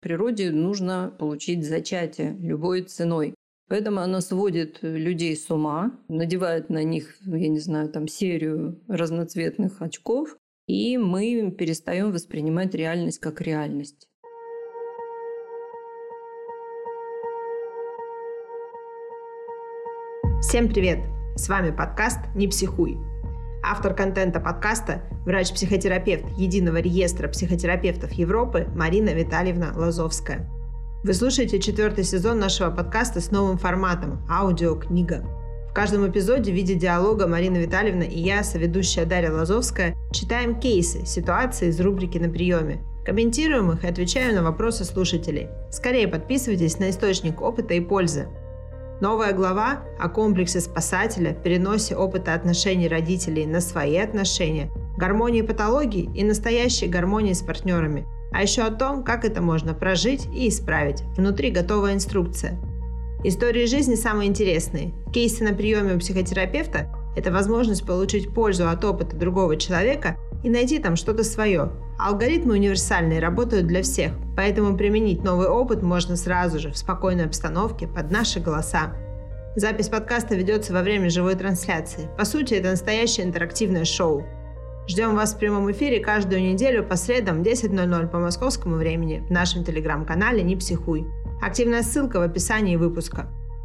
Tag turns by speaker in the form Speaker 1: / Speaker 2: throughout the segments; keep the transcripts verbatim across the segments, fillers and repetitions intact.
Speaker 1: Природе нужно получить зачатие любой ценой. Поэтому она сводит людей с ума, надевает на них, я не знаю, там серию разноцветных очков, и мы перестаем воспринимать реальность как реальность.
Speaker 2: Всем привет! С вами подкаст «Не психуй». Автор контента подкаста – врач-психотерапевт Единого реестра психотерапевтов Европы Марина Витальевна Лазовская. Вы слушаете четвертый сезон нашего подкаста с новым форматом – аудиокнига. В каждом эпизоде в виде диалога Марина Витальевна и я, соведущая Дарья Лазовская, читаем кейсы, ситуации из рубрики «На приеме», комментируем их и отвечаем на вопросы слушателей. Скорее подписывайтесь на источник опыта и пользы. Новая глава о комплексе спасателя, переносе опыта отношений родителей на свои отношения, гармонии патологии и настоящей гармонии с партнерами, а еще о том, как это можно прожить и исправить. Внутри готовая инструкция. Истории жизни самые интересные. Кейсы на приеме у психотерапевта – это возможность получить пользу от опыта другого человека и найти там что-то свое. Алгоритмы универсальные, работают для всех, поэтому применить новый опыт можно сразу же, в спокойной обстановке, под наши голоса. Запись подкаста ведется во время живой трансляции. По сути, это настоящее интерактивное шоу. Ждем вас в прямом эфире каждую неделю по средам в десять ноль ноль по московскому времени в нашем телеграм-канале «Не психуй». Активная ссылка в описании выпуска.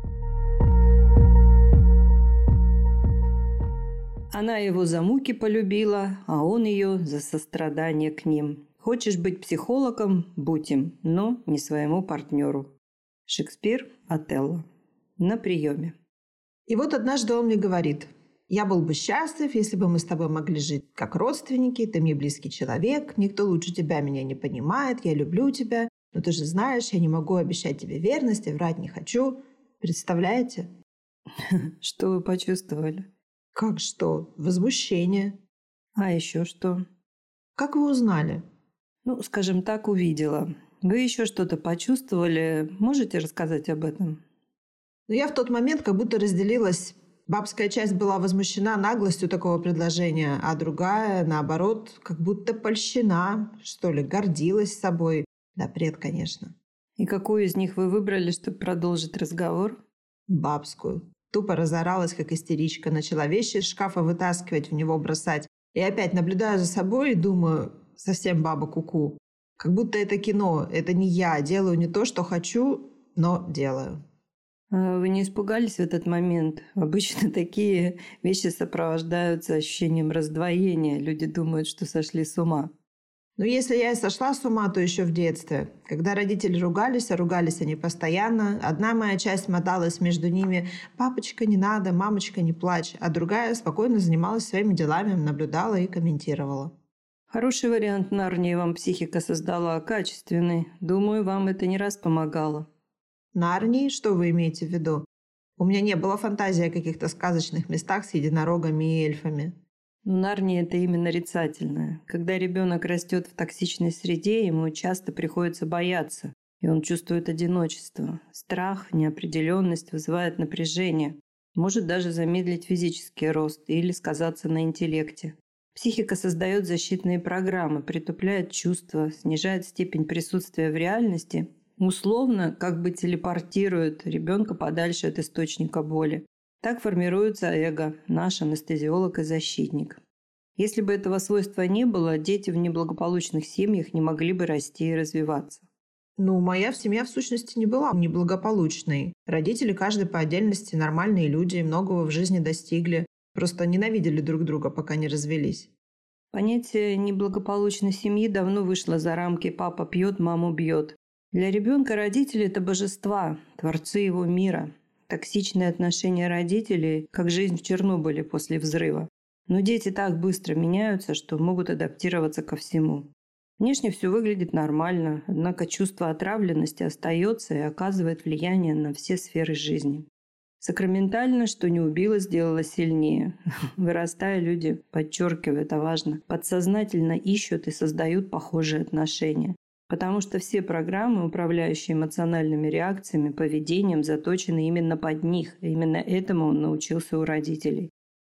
Speaker 1: Она его за муки полюбила, а он ее за сострадание к ним. Хочешь быть психологом – будь им, но не своему партнеру. Шекспир, Отелло. На приеме.
Speaker 2: И вот однажды он мне говорит: «Я был бы счастлив, если бы мы с тобой могли жить как родственники, ты мне близкий человек, никто лучше тебя меня не понимает, я люблю тебя, но ты же знаешь, я не могу обещать тебе верность и врать не хочу». Представляете?
Speaker 1: Что вы почувствовали?
Speaker 2: Как что? Возмущение.
Speaker 1: А еще что?
Speaker 2: Как вы узнали?
Speaker 1: Ну, скажем так, увидела. Вы еще что-то почувствовали? Можете рассказать об этом?
Speaker 2: Но я в тот момент как будто разделилась. Бабская часть была возмущена наглостью такого предложения, а другая, наоборот, как будто польщена, что ли, гордилась собой. Да, бред, конечно.
Speaker 1: И какую из них вы выбрали, чтобы продолжить разговор?
Speaker 2: Бабскую. Тупо разоралась, как истеричка, начала вещи из шкафа вытаскивать, в него бросать. И опять наблюдаю за собой и думаю, совсем баба куку. Как будто это кино, это не я, делаю не то, что хочу, но делаю.
Speaker 1: А вы не испугались в этот момент? Обычно такие вещи сопровождаются ощущением раздвоения. Люди думают, что сошли с ума.
Speaker 2: Но если я и сошла с ума, то еще в детстве. Когда родители ругались, а ругались они постоянно, одна моя часть моталась между ними: «Папочка, не надо, мамочка, не плачь», а другая спокойно занималась своими делами, наблюдала и комментировала.
Speaker 1: Хороший вариант Нарнии вам психика создала, качественный. Думаю, вам это не раз помогало.
Speaker 2: Нарнии? Что вы имеете в виду? У меня не было фантазии о каких-то сказочных местах с единорогами и эльфами.
Speaker 1: Но Нарния – это именно нарицательное. Когда ребенок растет в токсичной среде, ему часто приходится бояться, и он чувствует одиночество. Страх, неопределенность вызывает напряжение, может даже замедлить физический рост или сказаться на интеллекте. Психика создает защитные программы, притупляет чувства, снижает степень присутствия в реальности, условно как бы телепортирует ребенка подальше от источника боли. Так формируется эго, наш анестезиолог и защитник. Если бы этого свойства не было, дети в неблагополучных семьях не могли бы расти и развиваться.
Speaker 2: Ну, моя семья в сущности не была неблагополучной. Родители каждый по отдельности нормальные люди, многого в жизни достигли, просто ненавидели друг друга, пока не развелись.
Speaker 1: Понятие неблагополучной семьи давно вышло за рамки «папа пьет, маму бьет». Для ребенка родители – это божества, творцы его мира. Токсичные отношения родителей, как жизнь в Чернобыле после взрыва. Но дети так быстро меняются, что могут адаптироваться ко всему. Внешне все выглядит нормально, однако чувство отравленности остается и оказывает влияние на все сферы жизни. Сакраментально, что не убило, сделало сильнее. Вырастая, люди, подчеркиваю, это важно, подсознательно ищут и создают похожие отношения. Потому что все программы, управляющие эмоциональными реакциями, поведением, заточены именно под них. И именно этому он научился у родителей.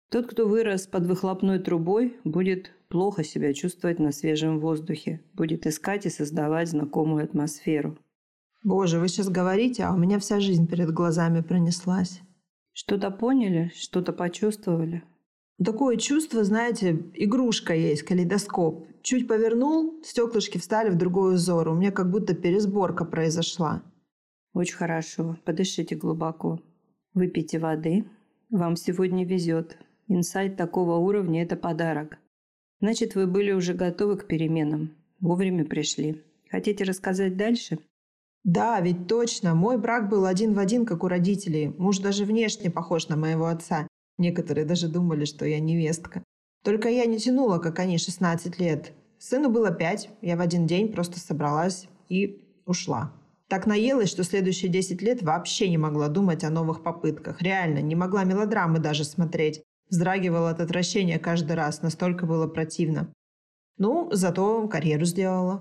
Speaker 1: Тот, кто вырос под выхлопной трубой, будет плохо себя чувствовать на свежем воздухе, будет искать и создавать знакомую атмосферу.
Speaker 2: Боже, вы сейчас говорите, а у меня вся жизнь перед глазами пронеслась.
Speaker 1: Что-то поняли, что-то почувствовали?
Speaker 2: Такое чувство, знаете, игрушка есть, калейдоскоп. Чуть повернул, стеклышки встали в другой узор. У меня как будто пересборка произошла.
Speaker 1: Очень хорошо. Подышите глубоко. Выпейте воды. Вам сегодня везет. Инсайт такого уровня – это подарок. Значит, вы были уже готовы к переменам. Вовремя пришли. Хотите рассказать дальше?
Speaker 2: Да, ведь точно. Мой брак был один в один, как у родителей. Муж даже внешне похож на моего отца. Некоторые даже думали, что я невестка. Только я не тянула, как они, шестнадцать лет. Сыну было пять. Я в один день просто собралась и ушла. Так наелась, что следующие десять лет вообще не могла думать о новых попытках. Реально, не могла мелодрамы даже смотреть. Вздрагивала от отвращения каждый раз. Настолько было противно. Ну, зато карьеру сделала.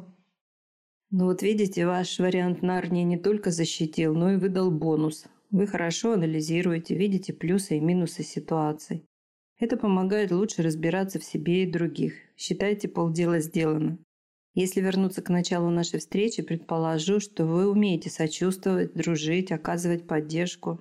Speaker 1: Ну вот видите, ваш вариант Нарнии не только защитил, но и выдал бонус. Вы хорошо анализируете, видите плюсы и минусы ситуаций. Это помогает лучше разбираться в себе и других. Считайте, полдела сделано. Если вернуться к началу нашей встречи, предположу, что вы умеете сочувствовать, дружить, оказывать поддержку.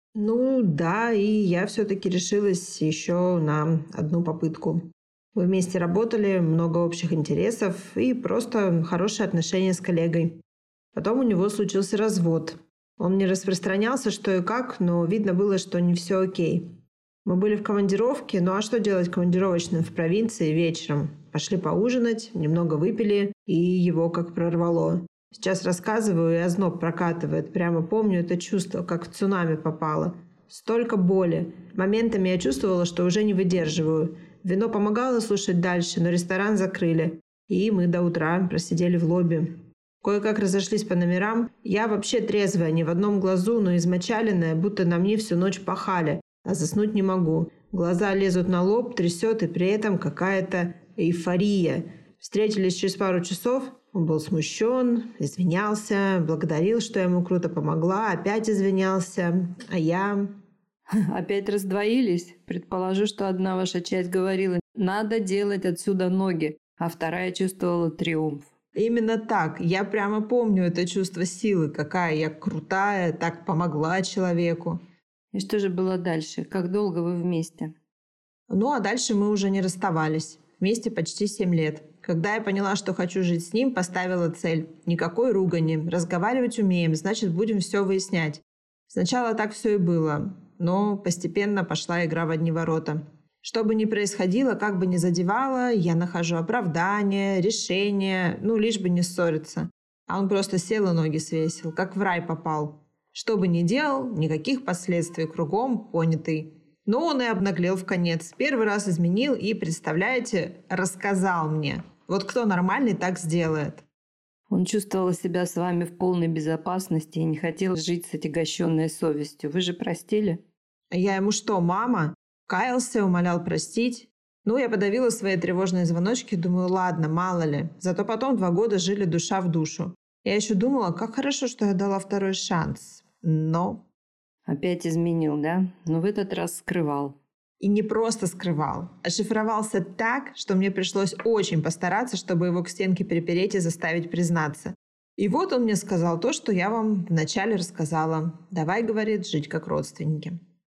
Speaker 2: Ну да, и я все-таки решилась еще на одну попытку. Мы вместе работали, много общих интересов и просто хорошие отношения с коллегой. Потом у него случился развод. Он не распространялся, что и как, но видно было, что не все окей. Мы были в командировке, ну а что делать командировочным в провинции вечером? Пошли поужинать, немного выпили, и его как прорвало. Сейчас рассказываю, и озноб прокатывает. Прямо помню это чувство, как в цунами попало. Столько боли. Моментами я чувствовала, что уже не выдерживаю. Вино помогало слушать дальше, но ресторан закрыли. И мы до утра просидели в лобби. Кое-как разошлись по номерам. Я вообще трезвая, не в одном глазу, но измочаленная, будто на мне всю ночь пахали. А заснуть не могу. Глаза лезут на лоб, трясет, и при этом какая-то эйфория. Встретились через пару часов. Он был смущен, извинялся, благодарил, что я ему круто помогла, опять извинялся. А я...
Speaker 1: Опять раздвоились? Предположу, что одна ваша часть говорила «надо делать отсюда ноги», а вторая чувствовала триумф.
Speaker 2: Именно так. Я прямо помню это чувство силы, какая я крутая, так помогла человеку.
Speaker 1: И что же было дальше? Как долго вы вместе?
Speaker 2: Ну, а дальше мы уже не расставались. Вместе почти семь лет. Когда я поняла, что хочу жить с ним, поставила цель. Никакой ругани. Разговаривать умеем, значит, будем все выяснять. Сначала так все и было, но постепенно пошла игра в одни ворота. Что бы ни происходило, как бы ни задевало, я нахожу оправдание, решение, ну, лишь бы не ссориться. А он просто сел и ноги свесил, как в рай попал. Что бы ни делал, никаких последствий, кругом понятый. Но он и обнаглел в конец. Первый раз изменил и, представляете, рассказал мне. Вот кто нормальный, так сделает.
Speaker 1: Он чувствовал себя с вами в полной безопасности и не хотел жить с отягощенной совестью. Вы же простили?
Speaker 2: Я ему что, мама? Каялся, умолял простить. Ну, я подавила свои тревожные звоночки, думаю, ладно, мало ли. Зато потом два года жили душа в душу. Я еще думала, как хорошо, что я дала второй шанс. Но...
Speaker 1: Опять изменил, да? Но в этот раз скрывал.
Speaker 2: И не просто скрывал, а шифровался так, что мне пришлось очень постараться, чтобы его к стенке припереть и заставить признаться. И вот он мне сказал то, что я вам вначале рассказала. Давай, говорит, жить как родственники.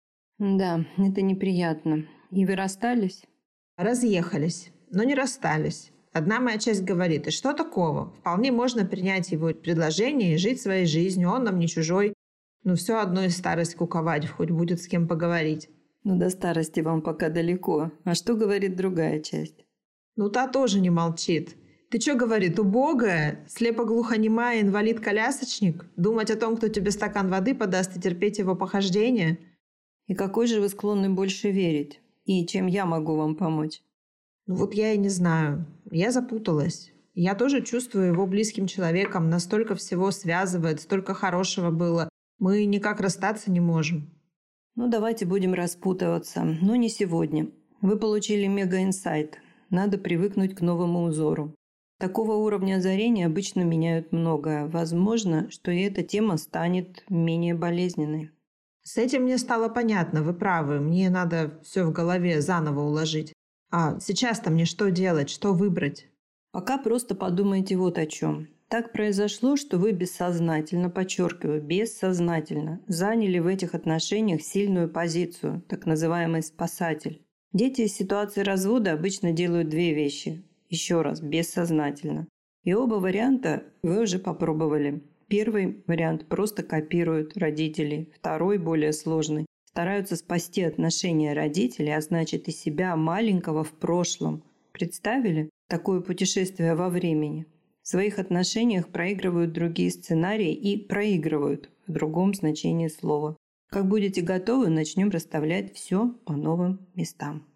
Speaker 1: Да, это неприятно. И вы расстались?
Speaker 2: Разъехались, но не расстались. Одна моя часть говорит, и что такого? Вполне можно принять его предложение и жить своей жизнью, он нам не чужой. Но все одно и старость куковать, хоть будет с кем поговорить.
Speaker 1: Ну, до старости вам пока далеко. А что говорит другая часть?
Speaker 2: Ну, та тоже не молчит. Ты что, говорит, убогая? Слепо-глухонемая инвалид-колясочник? Думать о том, кто тебе стакан воды подаст и терпеть его похождения?
Speaker 1: И какой же вы склонны больше верить? И чем я могу вам помочь?
Speaker 2: Ну, вот я и не знаю. Я запуталась. Я тоже чувствую его близким человеком. Настолько всего связывает, столько хорошего было. Мы никак расстаться не можем.
Speaker 1: Ну, давайте будем распутываться. Но не сегодня. Вы получили мега-инсайт. Надо привыкнуть к новому узору. Такого уровня озарения обычно меняют многое. Возможно, что и эта тема станет менее болезненной.
Speaker 2: С этим мне стало понятно, вы правы, мне надо все в голове заново уложить. А сейчас-то мне что делать, что выбрать?
Speaker 1: Пока просто подумайте вот о чем. Так произошло, что вы бессознательно, подчеркиваю, бессознательно, заняли в этих отношениях сильную позицию, так называемый спасатель. Дети из ситуации развода обычно делают две вещи. Еще раз, бессознательно. И оба варианта вы уже попробовали. Первый вариант просто копируют родителей. Второй, более сложный, стараются спасти отношения родителей, а значит и себя маленького в прошлом. Представили такое путешествие во времени? В своих отношениях проигрывают другие сценарии и проигрывают в другом значении слова. Как будете готовы, начнем расставлять все по новым местам.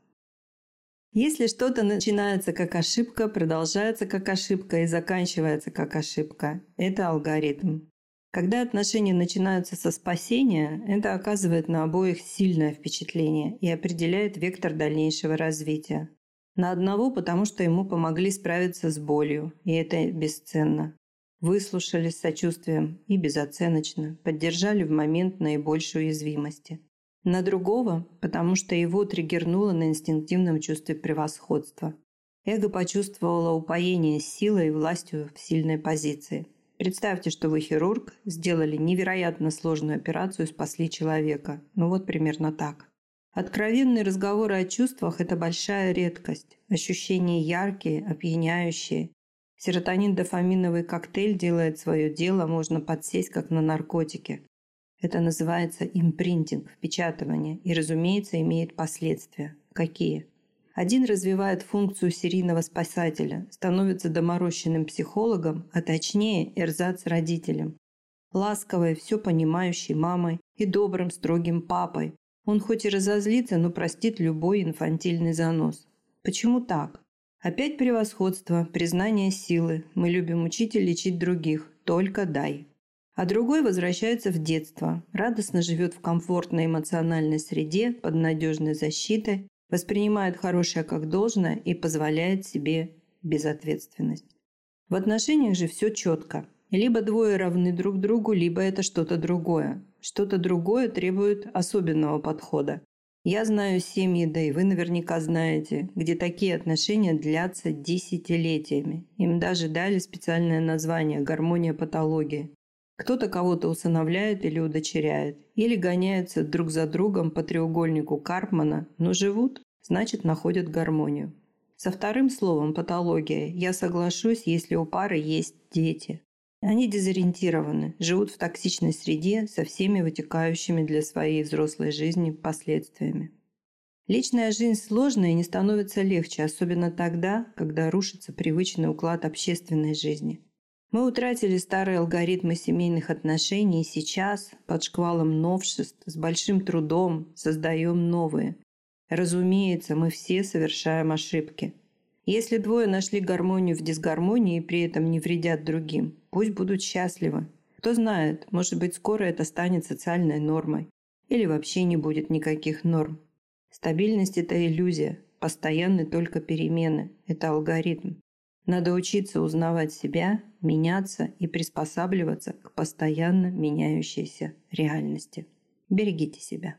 Speaker 1: Если что-то начинается как ошибка, продолжается как ошибка и заканчивается как ошибка, это алгоритм. Когда отношения начинаются со спасения, это оказывает на обоих сильное впечатление и определяет вектор дальнейшего развития. На одного, потому что ему помогли справиться с болью, и это бесценно. Выслушали с сочувствием и безоценочно, поддержали в момент наибольшей уязвимости. На другого, потому что его триггернуло на инстинктивном чувстве превосходства. Эго почувствовало упоение силой и властью в сильной позиции. Представьте, что вы хирург, сделали невероятно сложную операцию и спасли человека. Ну вот примерно так. Откровенные разговоры о чувствах – это большая редкость. Ощущения яркие, опьяняющие. Серотонин-дофаминовый коктейль делает свое дело, можно подсесть как на наркотики. Это называется импринтинг, впечатывание, и, разумеется, имеет последствия. Какие? Один развивает функцию серийного спасателя, становится доморощенным психологом, а точнее эрзац-родителем. Ласковой, все понимающей мамой и добрым, строгим папой. Он хоть и разозлится, но простит любой инфантильный занос. Почему так? Опять превосходство, признание силы. Мы любим учить и лечить других. Только дай. А другой возвращается в детство, радостно живет в комфортной эмоциональной среде под надежной защитой, воспринимает хорошее как должное и позволяет себе безответственность. В отношениях же все четко. Либо двое равны друг другу, либо это что-то другое. Что-то другое требует особенного подхода. Я знаю семьи, да и вы наверняка знаете, где такие отношения длятся десятилетиями. Им даже дали специальное название – гармония-патология. Кто-то кого-то усыновляет или удочеряет, или гоняются друг за другом по треугольнику Карпмана, но живут, значит, находят гармонию. Со вторым словом «патология» я соглашусь, если у пары есть дети. Они дезориентированы, живут в токсичной среде со всеми вытекающими для своей взрослой жизни последствиями. Личная жизнь сложная и не становится легче, особенно тогда, когда рушится привычный уклад общественной жизни. Мы утратили старые алгоритмы семейных отношений и сейчас, под шквалом новшеств, с большим трудом создаем новые. Разумеется, мы все совершаем ошибки. Если двое нашли гармонию в дисгармонии и при этом не вредят другим, пусть будут счастливы. Кто знает, может быть, скоро это станет социальной нормой. Или вообще не будет никаких норм. Стабильность – это иллюзия, постоянны только перемены – это алгоритм. Надо учиться узнавать себя, меняться и приспосабливаться к постоянно меняющейся реальности. Берегите себя.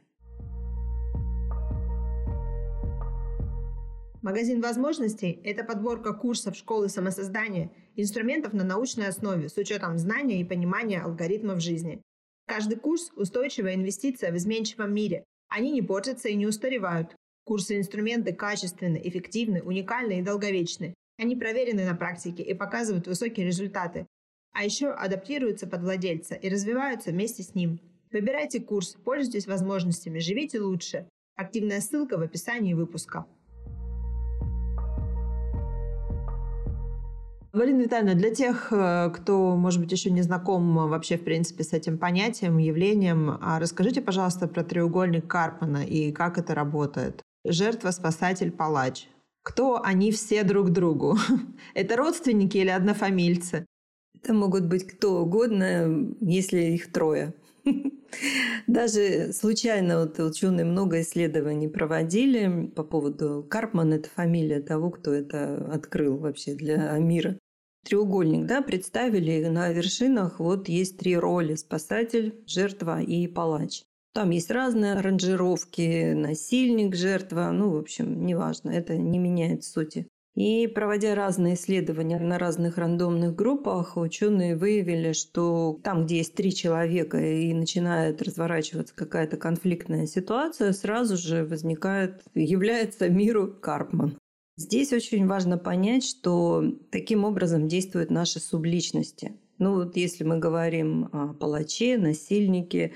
Speaker 2: Магазин возможностей – это подборка курсов школы самосоздания, инструментов на научной основе с учетом знания и понимания алгоритмов жизни. Каждый курс – устойчивая инвестиция в изменчивом мире. Они не портятся и не устаревают. Курсы и инструменты качественны, эффективны, уникальны и долговечны. Они проверены на практике и показывают высокие результаты. А еще адаптируются под владельца и развиваются вместе с ним. Выбирайте курс, пользуйтесь возможностями, живите лучше. Активная ссылка в описании выпуска. Валерина Витальевна, для тех, кто, может быть, еще не знаком вообще, в принципе, с этим понятием, явлением, расскажите, пожалуйста, про треугольник Карпмана и как это работает. Жертва, спасатель, палач. Кто они все друг другу? Это родственники или однофамильцы?
Speaker 1: Это могут быть кто угодно, если их трое. Даже случайно вот ученые много исследований проводили по поводу Карпман, это фамилия того, кто это открыл вообще для мира. Треугольник, да, представили, на вершинах вот есть три роли: спасатель, жертва и палач. Там есть разные аранжировки, насильник, жертва, ну, в общем, неважно, это не меняет сути. И проводя разные исследования на разных рандомных группах, ученые выявили, что там, где есть три человека и начинает разворачиваться какая-то конфликтная ситуация, сразу же возникает, является миру Карпман. Здесь очень важно понять, что таким образом действуют наши субличности. Ну вот если мы говорим о палаче, насильнике,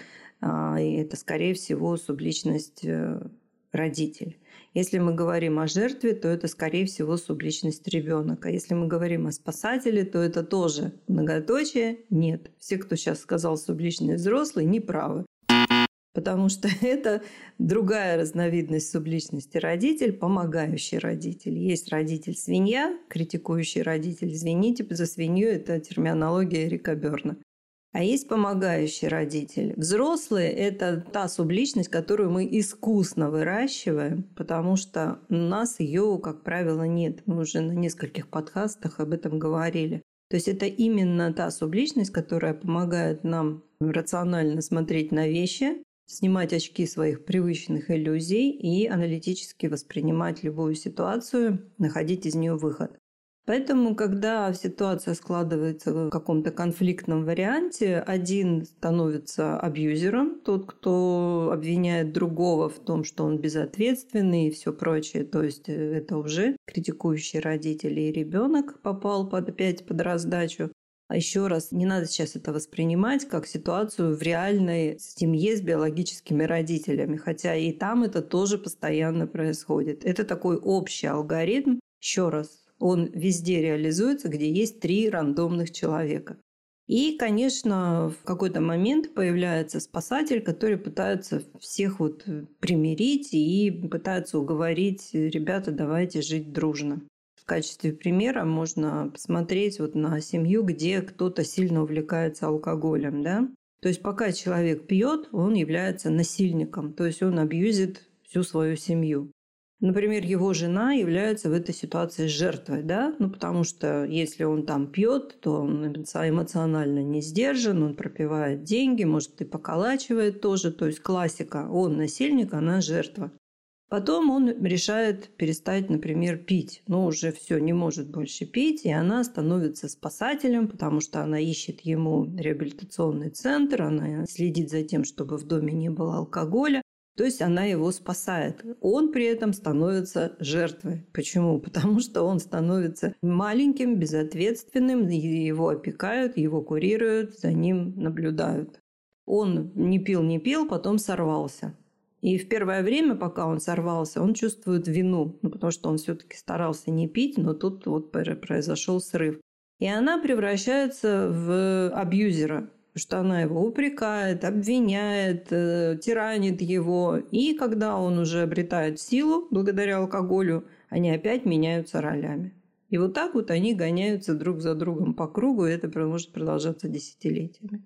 Speaker 1: это, скорее всего, субличность родитель. Если мы говорим о жертве, то это, скорее всего, субличность ребенок. А если мы говорим о спасателе, то это тоже многоточие. Нет. Все, кто сейчас сказал субличность взрослый, не правы. Потому что это другая разновидность субличности. Родитель, помогающий родитель. Есть родитель-свинья, критикующий родитель. Извините за свинью, это терминология Эрика Берна. А есть помогающий родитель. Взрослый – это та субличность, которую мы искусно выращиваем, потому что у нас ее, как правило, нет. Мы уже на нескольких подкастах об этом говорили. То есть это именно та субличность, которая помогает нам рационально смотреть на вещи, снимать очки своих привычных иллюзий и аналитически воспринимать любую ситуацию, находить из нее выход. Поэтому, когда ситуация складывается в каком-то конфликтном варианте, один становится абьюзером, тот, кто обвиняет другого в том, что он безответственный и все прочее. То есть это уже критикующий родитель, и ребенок попал под, опять под раздачу. А еще раз, не надо сейчас это воспринимать как ситуацию в реальной семье с биологическими родителями, хотя и там это тоже постоянно происходит. Это такой общий алгоритм. Еще раз, он везде реализуется, где есть три рандомных человека. И, конечно, в какой-то момент появляется спасатель, который пытается всех вот примирить и пытается уговорить: ребята, давайте жить дружно. В качестве примера можно посмотреть вот на семью, где кто-то сильно увлекается алкоголем. Да? То есть пока человек пьет, он является насильником, то есть он абьюзит всю свою семью. Например, его жена является в этой ситуации жертвой, да? Ну, потому что если он там пьет, то он эмоционально не сдержан, он пропивает деньги, может, и поколачивает тоже. То есть классика: он насильник, она жертва. Потом он решает перестать, например, пить. Но уже все, не может больше пить, и она становится спасателем, потому что она ищет ему реабилитационный центр, она следит за тем, чтобы в доме не было алкоголя. То есть она его спасает. Он при этом становится жертвой. Почему? Потому что он становится маленьким, безответственным, его опекают, его курируют, за ним наблюдают. Он не пил, не пил, потом сорвался. И в первое время, пока он сорвался, он чувствует вину, ну, потому что он все-таки старался не пить, но тут вот произошел срыв. И она превращается в абьюзера. Потому что она его упрекает, обвиняет, э, тиранит его. И когда он уже обретает силу благодаря алкоголю, они опять меняются ролями. И вот так вот они гоняются друг за другом по кругу, и это может продолжаться десятилетиями.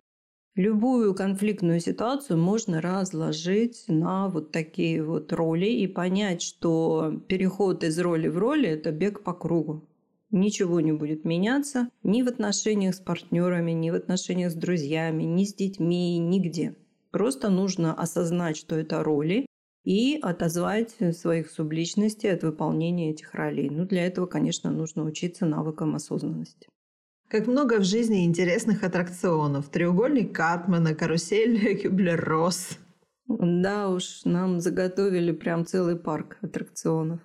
Speaker 1: Любую конфликтную ситуацию можно разложить на вот такие вот роли и понять, что переход из роли в роли – это бег по кругу. Ничего не будет меняться ни в отношениях с партнерами, ни в отношениях с друзьями, ни с детьми, нигде. Просто нужно осознать, что это роли, и отозвать своих субличностей от выполнения этих ролей. Ну, для этого, конечно, нужно учиться навыкам осознанности.
Speaker 2: Как много в жизни интересных аттракционов. Треугольник Карпмана, карусель Кюблер-Росс.
Speaker 1: Да уж, нам заготовили прям целый парк аттракционов.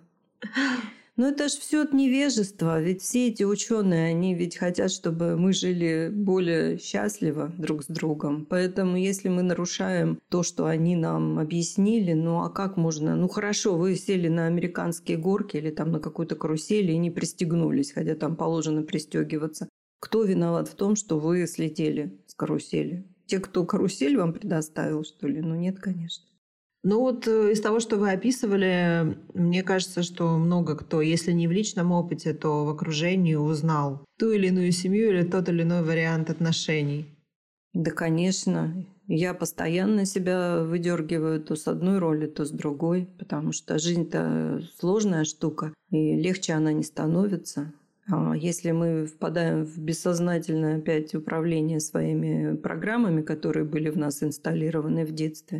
Speaker 1: Но это же все от невежества. Ведь все эти ученые, они ведь хотят, чтобы мы жили более счастливо друг с другом. Поэтому если мы нарушаем то, что они нам объяснили, ну а как можно? Ну хорошо, вы сели на американские горки или там на какой-то карусели и не пристегнулись, хотя там положено пристегиваться. Кто виноват в том, что вы слетели с карусели? Те, кто карусель вам предоставил, что ли? Ну нет, конечно.
Speaker 2: Ну вот из того, что вы описывали, мне кажется, что много кто, если не в личном опыте, то в окружении узнал ту или иную семью или тот или иной вариант отношений.
Speaker 1: Да, конечно. Я постоянно себя выдергиваю то с одной роли, то с другой, потому что жизнь-то сложная штука, и легче она не становится. А если мы впадаем в бессознательное опять управление своими программами, которые были в нас инсталлированы в детстве,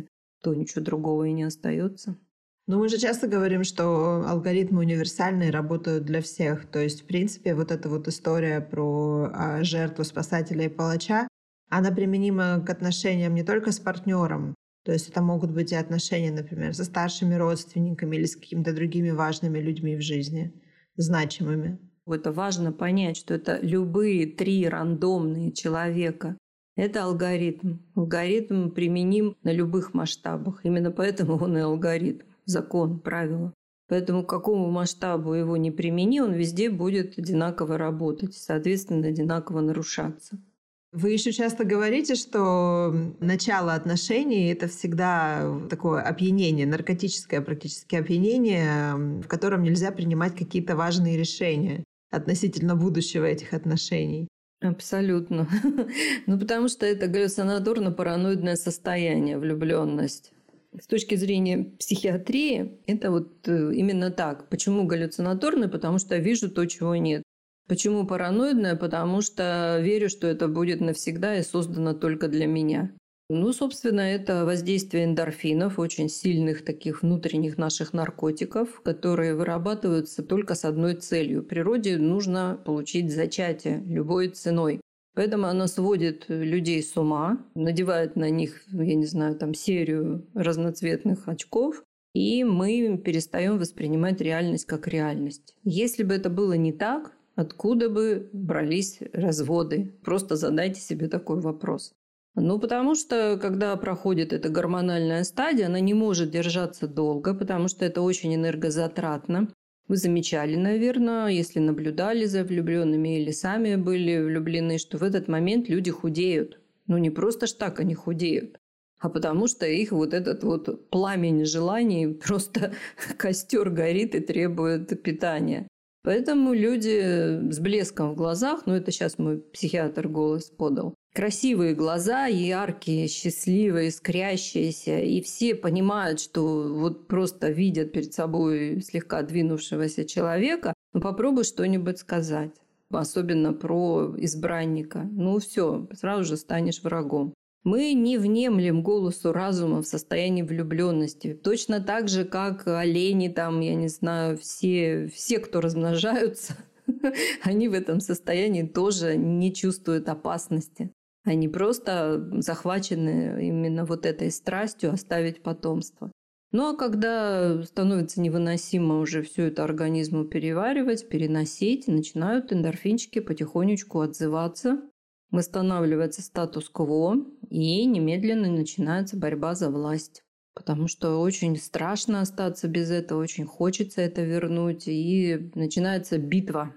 Speaker 1: то ничего другого и не остается.
Speaker 2: Ну, мы же часто говорим, что алгоритмы универсальные, работают для всех. То есть, в принципе, вот эта вот история про а, жертву, спасателя и палача, она применима к отношениям не только с партнером. То есть это могут быть и отношения, например, со старшими родственниками или с какими-то другими важными людьми в жизни, значимыми.
Speaker 1: Это важно понять, что это любые три рандомные человека. Это алгоритм. Алгоритм применим на любых масштабах. Именно поэтому он и алгоритм. Закон, правило. Поэтому к какому масштабу его не примени, он везде будет одинаково работать, соответственно, одинаково нарушаться.
Speaker 2: Вы еще часто говорите, что начало отношений — это всегда такое опьянение, наркотическое практически опьянение, в котором нельзя принимать какие-то важные решения относительно будущего этих отношений.
Speaker 1: Абсолютно. Ну, потому что это галлюцинаторно-параноидное состояние, влюбленность. С точки зрения психиатрии, это вот именно так. Почему галлюцинаторное? Потому что я вижу то, чего нет. Почему параноидное? Потому что верю, что это будет навсегда и создано только для меня. Ну, собственно, это воздействие эндорфинов, очень сильных таких внутренних наших наркотиков, которые вырабатываются только с одной целью. Природе нужно получить зачатие любой ценой. Поэтому она сводит людей с ума, надевает на них, я не знаю, там серию разноцветных очков, и мы перестаем воспринимать реальность как реальность. Если бы это было не так, откуда бы брались разводы? Просто задайте себе такой вопрос. Ну, потому что, когда проходит эта гормональная стадия, она не может держаться долго, потому что это очень энергозатратно. Вы замечали, наверное, если наблюдали за влюбленными или сами были влюблены, что в этот момент люди худеют. Ну, не просто ж так они худеют, а потому что их вот этот вот пламень желаний, просто костер горит и требует питания. Поэтому люди с блеском в глазах, ну это сейчас мой психиатр голос подал, красивые глаза, яркие, счастливые, искрящиеся, и все понимают, что вот просто видят перед собой слегка двинувшегося человека, ну попробуй что-нибудь сказать, особенно про избранника. Ну все, сразу же станешь врагом. Мы не внемлем голосу разума в состоянии влюбленности. Точно так же, как олени, там, я не знаю, все, все, кто размножаются, они в этом состоянии тоже не чувствуют опасности. Они просто захвачены именно вот этой страстью оставить потомство. Ну а когда становится невыносимо уже все это организму переваривать, переносить, начинают эндорфинчики потихонечку отзываться. Восстанавливается статус-кво, и немедленно начинается борьба за власть. Потому что очень страшно остаться без этого, очень хочется это вернуть, и начинается битва.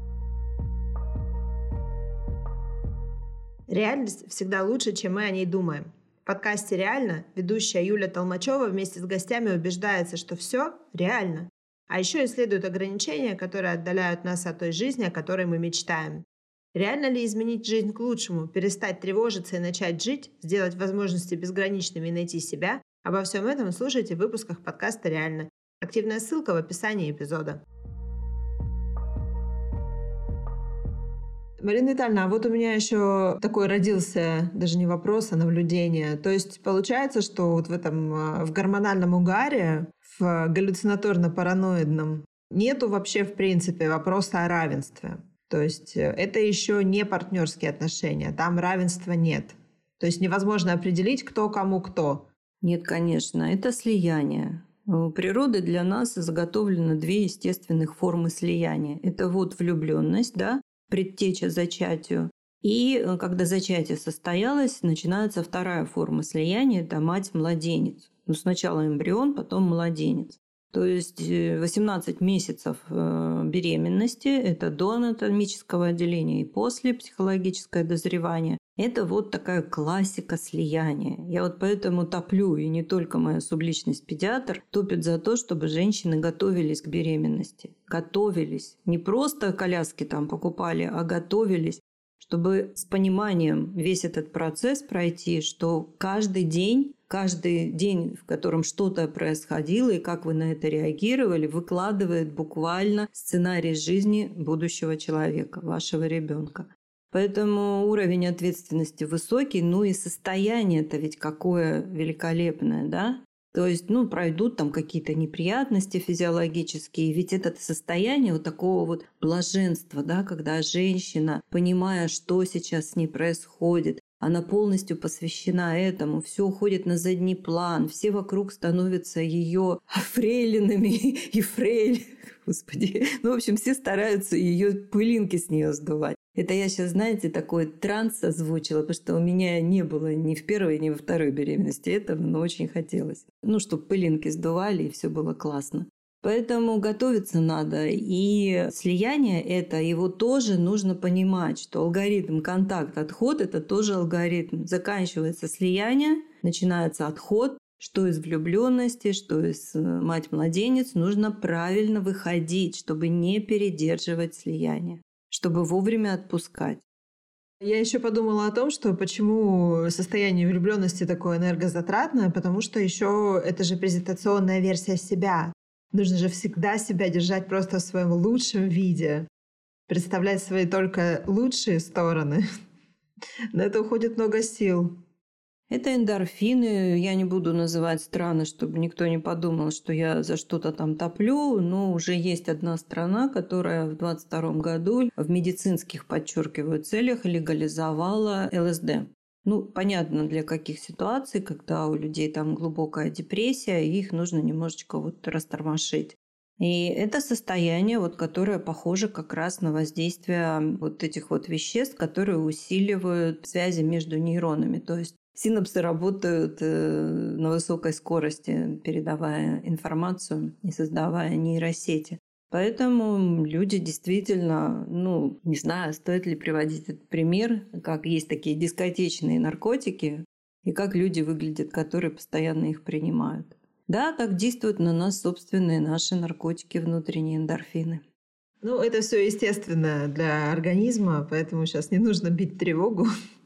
Speaker 2: Реальность всегда лучше, чем мы о ней думаем. В подкасте «Реально» ведущая Юля Толмачева вместе с гостями убеждается, что все реально. А еще исследуют ограничения, которые отдаляют нас от той жизни, о которой мы мечтаем. Реально ли изменить жизнь к лучшему, перестать тревожиться и начать жить, сделать возможности безграничными и найти себя? Обо всем этом слушайте в выпусках подкаста «Реально». Активная ссылка в описании эпизода. Марина Витальевна, а вот у меня еще такой родился, даже не вопрос, а наблюдение. То есть получается, что вот в этом, в гормональном угаре, в галлюцинаторно-параноидном, нету вообще в принципе вопроса о равенстве. То есть это еще не партнерские отношения, там равенства нет. То есть невозможно определить, кто кому кто.
Speaker 1: Нет, конечно, это слияние. У природы для нас заготовлены две естественных формы слияния. Это вот влюбленность, да, предтеча зачатию. И когда зачатие состоялось, начинается вторая форма слияния – это мать-младенец. Ну, сначала эмбрион, потом младенец. То есть восемнадцать месяцев беременности – это до анатомического отделения и после психологическое дозревание. Это вот такая классика слияния. Я вот поэтому топлю, и не только моя субличность педиатр, топит за то, чтобы женщины готовились к беременности. Готовились. Не просто коляски там покупали, а готовились, чтобы с пониманием весь этот процесс пройти, что каждый день Каждый день, в котором что-то происходило, и как вы на это реагировали, выкладывает буквально сценарий жизни будущего человека, вашего ребенка. Поэтому уровень ответственности высокий, ну и состояние-то ведь какое великолепное, да? То есть, ну, пройдут там какие-то неприятности физиологические, ведь это состояние вот такого вот блаженства, да, когда женщина, понимая, что сейчас с ней происходит, она полностью посвящена этому, все уходит на задний план, все вокруг становятся ее фрейлинами и фрейль, господи, ну, в общем, все стараются ее пылинки с нее сдувать. Это я сейчас, знаете, такой транс озвучила, потому что у меня не было ни в первой, ни во второй беременности этого, но очень хотелось. Ну, чтобы пылинки сдували, и все было классно. Поэтому готовиться надо. И слияние это, его тоже нужно понимать, что алгоритм контакт-отход – это тоже алгоритм. Заканчивается слияние, начинается отход. Что из влюбленности, что из мать-младенец, нужно правильно выходить, чтобы не передерживать слияние, чтобы вовремя отпускать.
Speaker 2: Я еще подумала о том, что почему состояние влюбленности такое энергозатратное, потому что еще это же презентационная версия себя. Нужно же всегда себя держать просто в своем лучшем виде, представлять свои только лучшие стороны. На это уходит много сил.
Speaker 1: Это эндорфины. Я не буду называть страны, чтобы никто не подумал, что я за что-то там топлю. Но уже есть одна страна, которая в двадцать втором году в медицинских, подчеркиваю, целях легализовала эл эс дэ. Ну, понятно, для каких ситуаций, когда у людей там глубокая депрессия, их нужно немножечко вот растормошить. И это состояние, вот, которое похоже как раз на воздействие вот этих вот веществ, которые усиливают связи между нейронами. То есть синапсы работают на высокой скорости, передавая информацию и создавая нейросети. Поэтому люди действительно, ну, не знаю, стоит ли приводить этот пример, как есть такие дискотечные наркотики, и как люди выглядят, которые постоянно их принимают. Да, так действуют на нас собственные наши наркотики, внутренние эндорфины.
Speaker 2: Ну, это все естественно для организма, поэтому сейчас не нужно бить тревогу.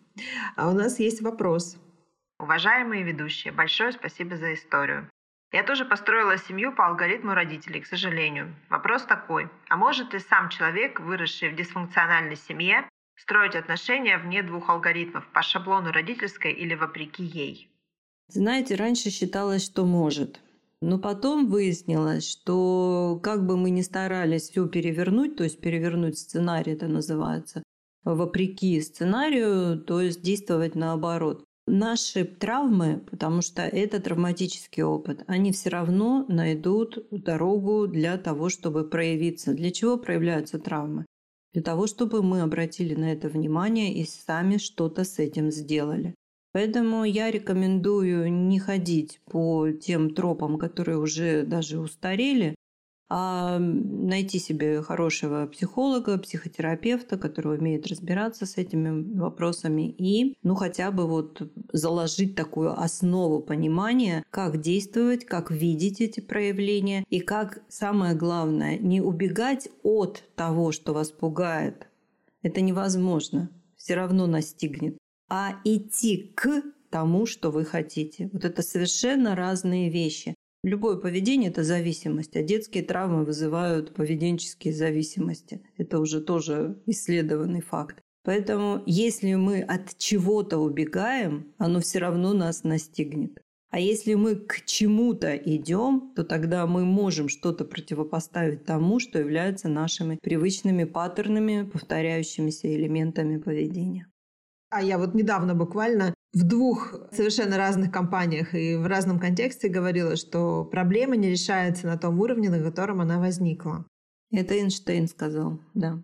Speaker 2: А у нас есть вопрос. Уважаемые ведущие, большое спасибо за историю. Я тоже построила семью по алгоритму родителей, к сожалению. Вопрос такой. А может ли сам человек, выросший в дисфункциональной семье, строить отношения вне двух алгоритмов, по шаблону родительской или вопреки ей?
Speaker 1: Знаете, раньше считалось, что может. Но потом выяснилось, что как бы мы ни старались все перевернуть, то есть перевернуть сценарий, это называется, вопреки сценарию, то есть действовать наоборот. Наши травмы, потому что это травматический опыт, они все равно найдут дорогу для того, чтобы проявиться. Для чего проявляются травмы? Для того, чтобы мы обратили на это внимание и сами что-то с этим сделали. Поэтому я рекомендую не ходить по тем тропам, которые уже даже устарели, а найти себе хорошего психолога, психотерапевта, который умеет разбираться с этими вопросами и, ну, хотя бы вот заложить такую основу понимания, как действовать, как видеть эти проявления и как, самое главное, не убегать от того, что вас пугает. Это невозможно, все равно настигнет, а идти к тому, что вы хотите. Вот это совершенно разные вещи. Любое поведение – это зависимость, а детские травмы вызывают поведенческие зависимости. Это уже тоже исследованный факт. Поэтому если мы от чего-то убегаем, оно все равно нас настигнет. А если мы к чему-то идем, то тогда мы можем что-то противопоставить тому, что является нашими привычными паттернами, повторяющимися элементами поведения.
Speaker 2: А я вот недавно буквально в двух совершенно разных компаниях и в разном контексте говорила, что проблема не решается на том уровне, на котором она возникла.
Speaker 1: Это Эйнштейн сказал, да.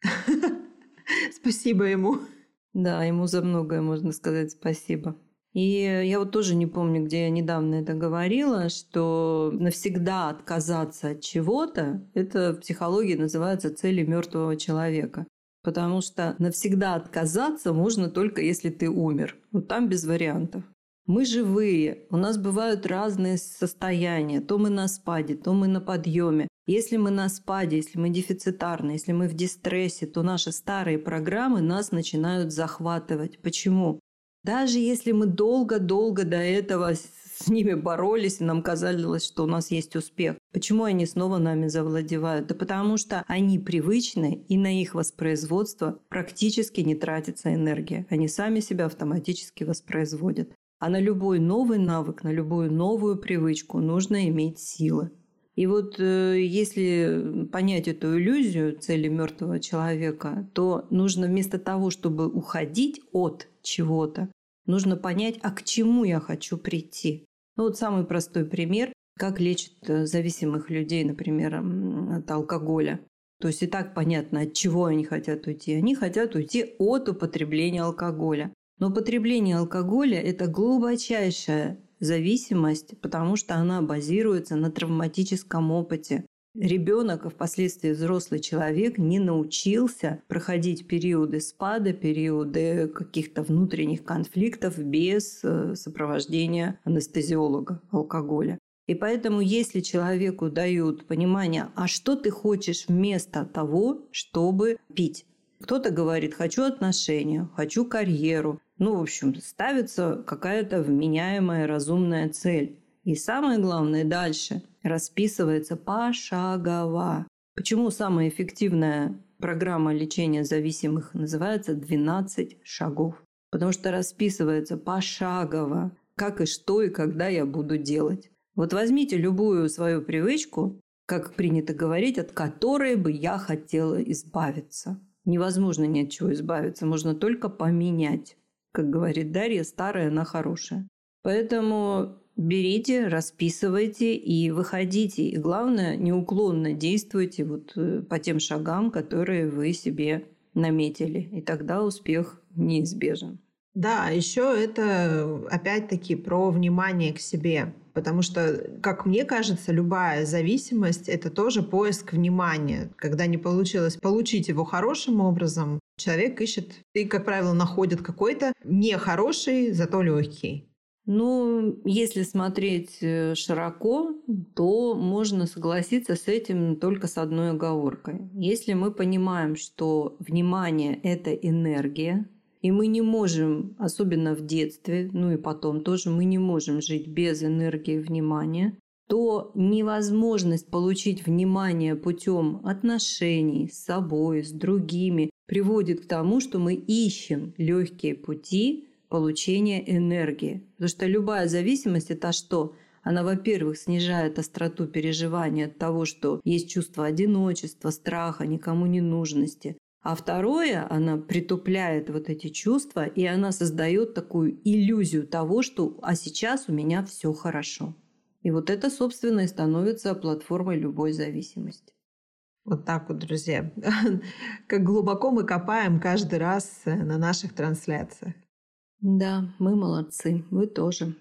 Speaker 2: Спасибо ему.
Speaker 1: Да, ему за многое можно сказать спасибо. И я вот тоже не помню, где я недавно это говорила, что навсегда отказаться от чего-то, это в психологии называется целью мертвого человека. Потому что навсегда отказаться можно только если ты умер. Вот там без вариантов. Мы живые, у нас бывают разные состояния. То мы на спаде, то мы на подъеме. Если мы на спаде, если мы дефицитарны, если мы в дистрессе, то наши старые программы нас начинают захватывать. Почему? Даже если мы долго-долго до этого с ними боролись, и нам казалось, что у нас есть успех. Почему они снова нами завладевают? Да потому что они привычны, и на их воспроизводство практически не тратится энергия. Они сами себя автоматически воспроизводят. А на любой новый навык, на любую новую привычку нужно иметь силы. И вот э, если понять эту иллюзию цели мертвого человека, то нужно вместо того, чтобы уходить от чего-то, нужно понять, а к чему я хочу прийти. Ну вот самый простой пример. Как лечат зависимых людей, например, от алкоголя. То есть и так понятно, от чего они хотят уйти. Они хотят уйти от употребления алкоголя. Но употребление алкоголя – это глубочайшая зависимость, потому что она базируется на травматическом опыте. Ребенок, а впоследствии взрослый человек не научился проходить периоды спада, периоды каких-то внутренних конфликтов без сопровождения анестезиолога алкоголя. И поэтому, если человеку дают понимание, а что ты хочешь вместо того, чтобы пить? Кто-то говорит, хочу отношения, хочу карьеру. Ну, в общем, ставится какая-то вменяемая, разумная цель. И самое главное, дальше расписывается пошагово. Почему самая эффективная программа лечения зависимых называется «двенадцать шагов»? Потому что расписывается пошагово, как и что и когда я буду делать. Вот возьмите любую свою привычку, как принято говорить, от которой бы я хотела избавиться. Невозможно ни от чего избавиться, можно только поменять. Как говорит Дарья, старое на хорошее. Поэтому берите, расписывайте и выходите. И главное, неуклонно действуйте вот по тем шагам, которые вы себе наметили. И тогда успех неизбежен.
Speaker 2: Да, еще это опять-таки про внимание к себе. Потому что, как мне кажется, любая зависимость – это тоже поиск внимания. Когда не получилось получить его хорошим образом, человек ищет и, как правило, находит какой-то нехороший, зато легкий.
Speaker 1: Ну, если смотреть широко, то можно согласиться с этим только с одной оговоркой. Если мы понимаем, что внимание – это энергия, и мы не можем, особенно в детстве, ну и потом тоже, мы не можем жить без энергии внимания, то невозможность получить внимание путем отношений с собой, с другими, приводит к тому, что мы ищем легкие пути получения энергии. Потому что любая зависимость – это что? Она, во-первых, снижает остроту переживания от того, что есть чувство одиночества, страха, никому не нужности. А второе, она притупляет вот эти чувства, и она создает такую иллюзию того, что «а сейчас у меня все хорошо». И вот это, собственно, и становится платформой любой зависимости.
Speaker 2: Вот так вот, друзья. Как глубоко мы копаем каждый раз на наших трансляциях.
Speaker 1: Да, мы молодцы, вы тоже.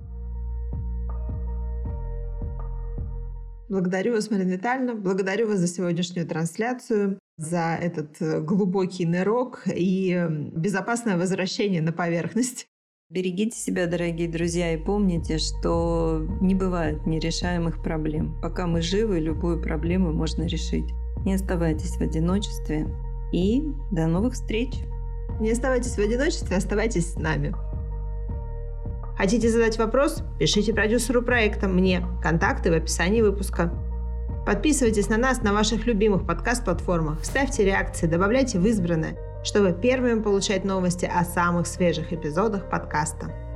Speaker 2: Благодарю вас, Марина Витальевна. Благодарю вас за сегодняшнюю трансляцию, за этот глубокий нырок и безопасное возвращение на поверхность.
Speaker 1: Берегите себя, дорогие друзья, и помните, что не бывает нерешаемых проблем. Пока мы живы, любую проблему можно решить. Не оставайтесь в одиночестве и до новых встреч!
Speaker 2: Не оставайтесь в одиночестве, оставайтесь с нами. Хотите задать вопрос? Пишите продюсеру проекта мне. Контакты в описании выпуска. Подписывайтесь на нас на ваших любимых подкаст-платформах, ставьте реакции, добавляйте в избранное, чтобы первыми получать новости о самых свежих эпизодах подкаста.